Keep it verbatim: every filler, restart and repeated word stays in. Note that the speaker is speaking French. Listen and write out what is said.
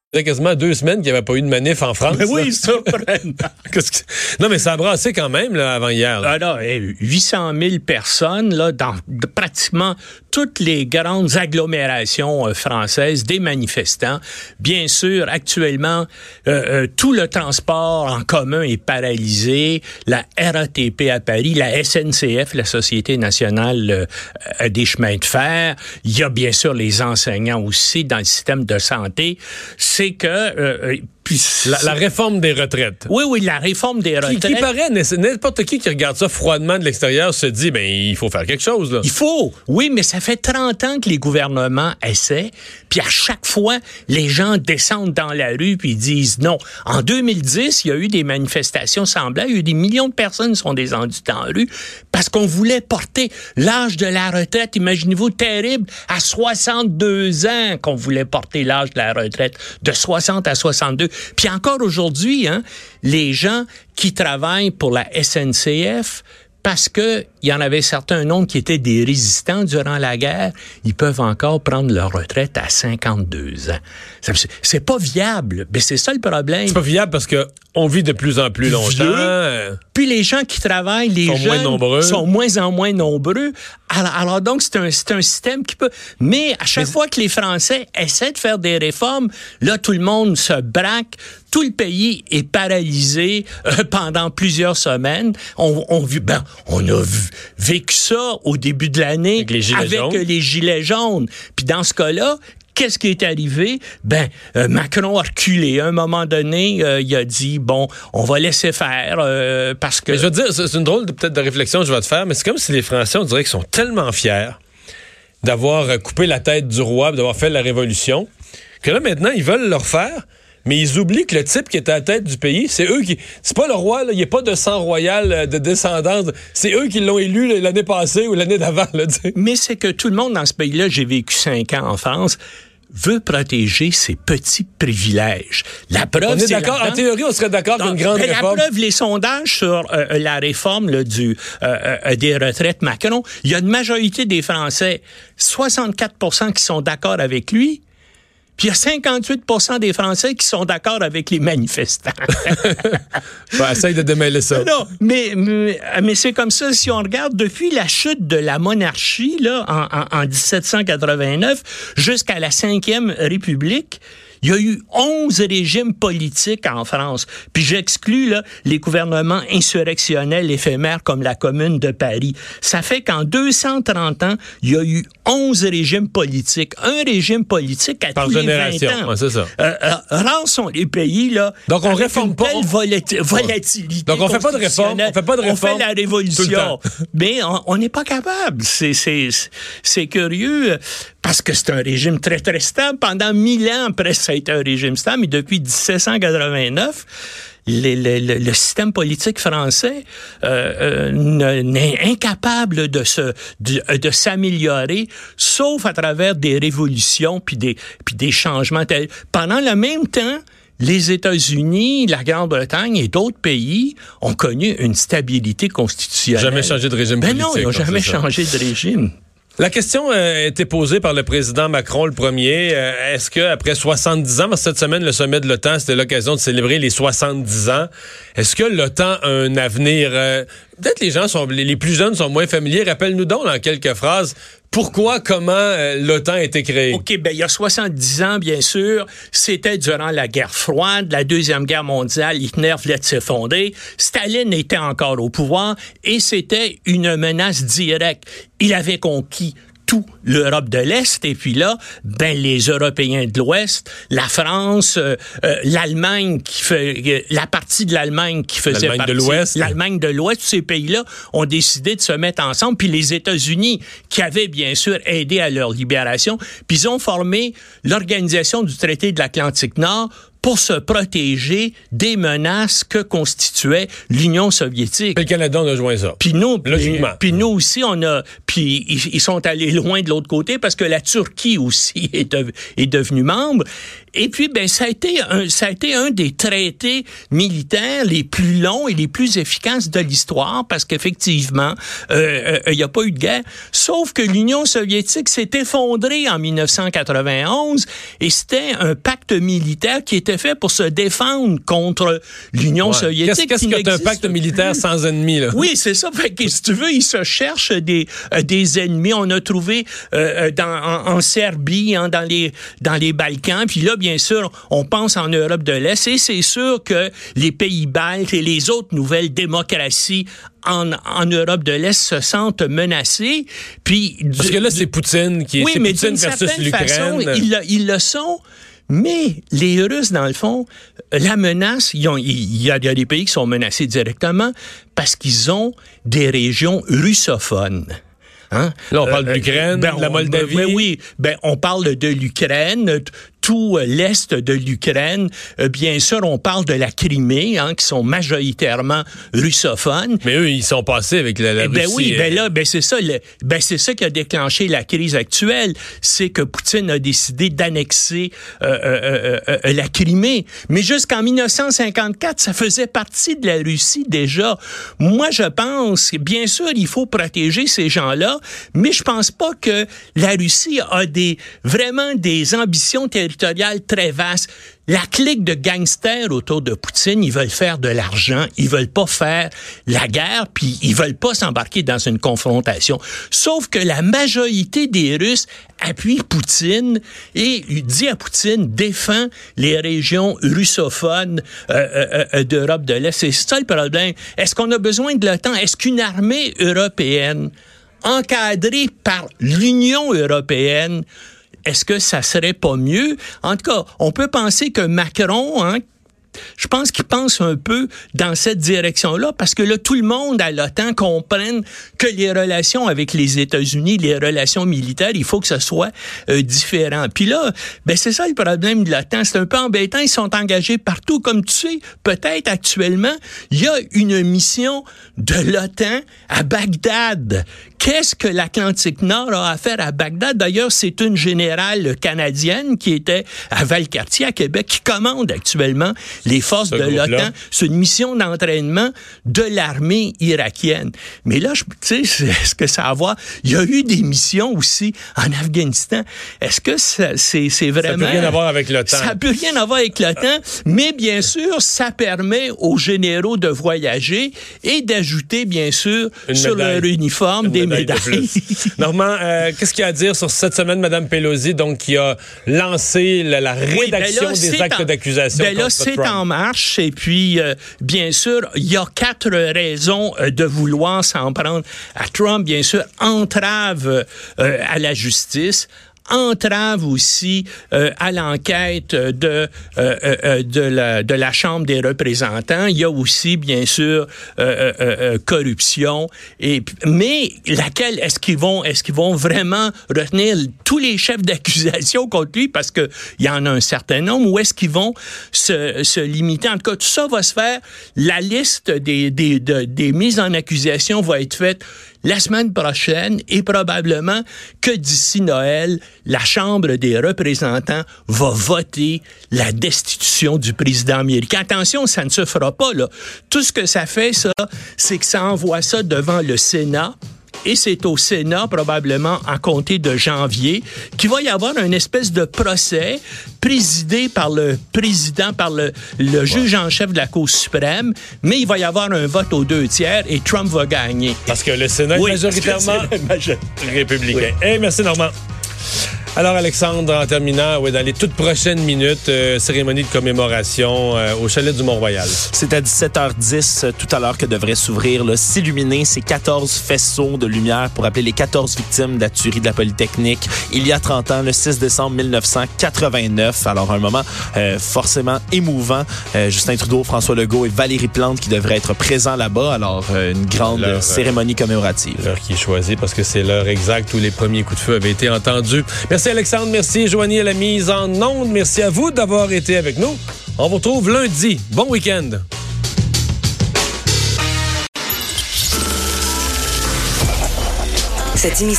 Ça fait quasiment deux semaines qu'il n'y avait pas eu de manif en France. Mais oui, surprenant. Qu'est-ce que... Non, mais ça a brassé quand même, là, avant hier. Là. Ah non, huit cent mille personnes, là, dans pratiquement toutes les grandes agglomérations euh, françaises, des manifestants. Bien sûr, actuellement, euh, euh, tout le transport en commun est paralysé. La R A T P à Paris, la S N C F, la Société nationale euh, des chemins de fer. Il y a bien sûr les enseignants aussi dans le système de santé. C'est que... Euh, Puis la, la réforme des retraites. Oui, oui, la réforme des retraites. Qui, qui paraît, n'importe qui qui regarde ça froidement de l'extérieur se dit, ben il faut faire quelque chose, là. Il faut, oui, mais ça fait trente ans que les gouvernements essaient, puis à chaque fois, les gens descendent dans la rue puis ils disent non. En deux mille dix, il y a eu des manifestations semblables, il y a eu des millions de personnes qui sont descendues dans la rue parce qu'on voulait porter l'âge de la retraite, imaginez-vous, terrible, à soixante-deux ans qu'on voulait porter l'âge de la retraite, de soixante à soixante-deux. Puis encore aujourd'hui, hein, les gens qui travaillent pour la S N C F, parce que il y en avait certains nombres qui étaient des résistants durant la guerre, ils peuvent encore prendre leur retraite à cinquante-deux ans. Ça, c'est pas viable, mais c'est ça le problème. C'est pas viable parce que on vit de plus en plus longtemps. Vieux. Puis les gens qui travaillent, les sont jeunes, moins nombreux. sont moins en moins nombreux. Alors, alors donc, c'est un, c'est un système qui peut... Mais à chaque mais fois que les Français essaient de faire des réformes, là, tout le monde se braque. Tout le pays est paralysé euh, pendant plusieurs semaines. On, on, ben, on a vu, vécu ça au début de l'année avec les gilets avec jaunes. les gilets jaunes. Puis dans ce cas-là, qu'est-ce qui est arrivé? Ben, euh, Macron a reculé. À un moment donné, euh, il a dit, bon, on va laisser faire euh, parce que... Mais je veux dire, c'est une drôle de, peut-être de réflexion que je vais te faire, mais c'est comme si les Français, on dirait qu'ils sont tellement fiers d'avoir coupé la tête du roi, d'avoir fait la révolution, que là, maintenant, ils veulent le refaire, mais ils oublient que le type qui est à la tête du pays, c'est eux qui... C'est pas le roi, là, il n'y a pas de sang royal, de descendance. C'est eux qui l'ont élu l'année passée ou l'année d'avant. Là, mais c'est que tout le monde dans ce pays-là, j'ai vécu cinq ans en France, veut protéger ses petits privilèges. La preuve, on est c'est d'accord. En théorie, on serait d'accord qu'une grande mais réforme. La preuve, les sondages sur euh, la réforme là, du, euh, euh, des retraites Macron, il y a une majorité des Français, soixante-quatre pour cent qui sont d'accord avec lui. Puis il y a cinquante-huit pour cent des Français qui sont d'accord avec les manifestants. Bah, essaye de démêler ça. Non, mais, mais, mais c'est comme ça, si on regarde depuis la chute de la monarchie là, en, en, en dix-sept cent quatre-vingt-neuf jusqu'à la cinquième République, il y a eu onze régimes politiques en France. Puis j'exclus là, les gouvernements insurrectionnels éphémères comme la Commune de Paris. Ça fait qu'en deux cent trente ans, il y a eu onze régimes politiques. Un régime politique à par tous génération. les vingt ans. Ouais, c'est ça. Euh, euh, rares sont les pays là. Donc on réforme pas. Une volati- volatilité. Donc on fait pas de réforme. On fait pas de réforme. On fait la révolution. Mais on n'est pas capable. C'est, c'est, c'est curieux parce que c'est un régime très très stable. Pendant mille ans après ça a été un régime stable, mais depuis dix-sept cent quatre-vingt-neuf, le, le, le système politique français euh, euh, n'est incapable de se de, de s'améliorer, sauf à travers des révolutions puis des puis des changements. Pendant le même temps, les États-Unis, la Grande-Bretagne et d'autres pays ont connu une stabilité constitutionnelle. Jamais changé de régime ben politique. Non, ils n'ont jamais changé de régime. La question euh, a été posée par le président Macron le premier. Euh, est-ce qu'après soixante-dix ans, parce que cette semaine, le sommet de l'OTAN, c'était l'occasion de célébrer les soixante-dix ans, est-ce que l'OTAN a un avenir... Euh, peut-être les gens sont... Les plus jeunes sont moins familiers. Rappelle-nous donc, en quelques phrases, pourquoi, comment euh, l'OTAN a été créée? OK, ben il y a soixante-dix ans, bien sûr. C'était durant la guerre froide, la Deuxième Guerre mondiale. Hitler venait de s'effondrer. Staline était encore au pouvoir et c'était une menace directe. Il avait conquis toute l'Europe de l'Est, et puis là, ben les Européens de l'Ouest, la France, euh, euh, l'Allemagne qui fait, euh, la partie de l'Allemagne qui faisait L'Allemagne partie, de l'Ouest, l'Allemagne de l'Ouest, tous ces pays-là ont décidé de se mettre ensemble, puis les États-Unis qui avaient bien sûr aidé à leur libération, puis ils ont formé l'Organisation du traité de l'Atlantique Nord pour se protéger des menaces que constituait l'Union soviétique. Et le Canada, on a joint ça. Puis nous, logiquement. Puis nous aussi, on a... Puis ils, ils sont allés loin de l'autre côté parce que la Turquie aussi est, de, est devenue membre. Et puis, ben, ça a été un, ça a été un des traités militaires les plus longs et les plus efficaces de l'histoire, parce qu'effectivement, il euh, euh, n'y a pas eu de guerre. Sauf que l'Union soviétique s'est effondrée en dix-neuf cent quatre-vingt-onze, et c'était un pacte militaire qui était fait pour se défendre contre l'Union ouais. soviétique. Qu'est-ce, qu'est-ce qu'un pacte militaire sans ennemis, là? Oui, c'est ça. Fait que, si tu veux, ils se cherchent des, euh, des ennemis. On a trouvé euh, dans, en, en Serbie, hein, dans les, dans les Balkans, puis là, bien sûr, on pense en Europe de l'Est, et c'est sûr que les pays baltes et les autres nouvelles démocraties en, en Europe de l'Est se sentent menacés. Puis, Parce que là, c'est Poutine qui est oui, c'est mais Poutine d'une versus certaine l'Ukraine. Façon, ils, ils le sont. Mais les Russes, dans le fond, la menace, il y, a, il y a des pays qui sont menacés directement parce qu'ils ont des régions russophones. Hein? Là, on parle de l'Ukraine, ben, de la Moldavie. Ben, oui, ben, on parle de l'Ukraine, tout l'est de l'Ukraine. Euh, bien sûr, on parle de la Crimée, hein, qui sont majoritairement russophones. Mais eux, ils sont passés avec la, la ben Russie. Oui, ben là, ben c'est ça, le, ben c'est ça qui a déclenché la crise actuelle, c'est que Poutine a décidé d'annexer euh, euh, euh, euh, la Crimée. Mais jusqu'en dix-neuf cent cinquante-quatre, ça faisait partie de la Russie déjà. Moi, je pense, bien sûr, il faut protéger ces gens-là, mais je pense pas que la Russie a des vraiment des ambitions territoriales très vastes. La clique de gangsters autour de Poutine, ils veulent faire de l'argent, ils veulent pas faire la guerre, puis ils veulent pas s'embarquer dans une confrontation. Sauf que la majorité des Russes appuient Poutine et dit à Poutine, défend les régions russophones euh, euh, euh, d'Europe de l'Est. C'est ça le problème. Est-ce qu'on a besoin de l'OTAN? Est-ce qu'une armée européenne encadrée par l'Union européenne, est-ce que ça serait pas mieux? En tout cas, on peut penser que Macron, hein, je pense qu'il pense un peu dans cette direction-là, parce que là, tout le monde à l'OTAN comprenne que les relations avec les États-Unis, les relations militaires, il faut que ce soit euh, différent. Puis là, ben c'est ça le problème de l'OTAN. C'est un peu embêtant. Ils sont engagés partout. Comme tu sais, peut-être actuellement, il y a une mission de l'OTAN à Bagdad. Qu'est-ce que l'Atlantique Nord a à faire à Bagdad? D'ailleurs, c'est une générale canadienne qui était à Valcartier, à Québec, qui commande actuellement les forces Ce de l'OTAN. C'est une mission d'entraînement de l'armée irakienne. Mais là, tu sais, est-ce que ça a à voir? Il y a eu des missions aussi en Afghanistan. Est-ce que ça, c'est, c'est vraiment... Ça peut rien avoir avec l'OTAN. Ça peut rien avoir avec l'OTAN, mais bien sûr, ça permet aux généraux de voyager et d'ajouter, bien sûr, une sur médaille. Leur uniforme une des médailles. médailles. De Normand, euh, qu'est-ce qu'il y a à dire sur cette semaine, Mme Pelosi, donc, qui a lancé la, la rédaction oui, ben là, des actes en, d'accusation ben là, contre c'est Trump. En marche, et puis, euh, bien sûr, il y a quatre raisons euh, de vouloir s'en prendre à Trump. Bien sûr, entrave euh, à la justice, entrave aussi euh, à l'enquête de euh, euh, de la de la Chambre des représentants. Il y a aussi bien sûr euh, euh, euh, corruption. Et mais laquelle est-ce qu'ils vont est-ce qu'ils vont vraiment retenir tous les chefs d'accusation contre lui, parce que il y en a un certain nombre, ou est-ce qu'ils vont se se limiter? En tout cas, tout ça va se faire. La liste des des de, des mises en accusation va être faite la semaine prochaine, et probablement que d'ici Noël, la Chambre des représentants va voter la destitution du président américain. Attention, ça ne se fera pas, là. Tout ce que ça fait, ça, c'est que ça envoie ça devant le Sénat. Et c'est au Sénat, probablement à compter de janvier, qu'il va y avoir une espèce de procès présidé par le président, par le, le juge en chef de la Cour suprême, mais il va y avoir un vote aux deux tiers et Trump va gagner. Parce que le Sénat oui, est majoritairement major... républicain. Oui. Hey, merci, Normand. Alors, Alexandre, en terminant, oui, dans les toutes prochaines minutes, euh, cérémonie de commémoration euh, au chalet du Mont-Royal. C'est à dix-sept heures dix euh, tout à l'heure que devrait s'ouvrir, là, s'illuminer ces quatorze faisceaux de lumière pour rappeler les quatorze victimes de la tuerie de la Polytechnique il y a trente ans, le six décembre mille neuf cent quatre-vingt-neuf. Alors, un moment euh, forcément émouvant. Euh, Justin Trudeau, François Legault et Valérie Plante qui devraient être présents là-bas. Alors, euh, une grande l'heure, cérémonie commémorative. L'heure qui est choisie parce que c'est l'heure exacte où les premiers coups de feu avaient été entendus. Merci Alexandre, merci Joanie à la mise en onde. Merci à vous d'avoir été avec nous. On vous retrouve lundi. Bon week-end. Cette émission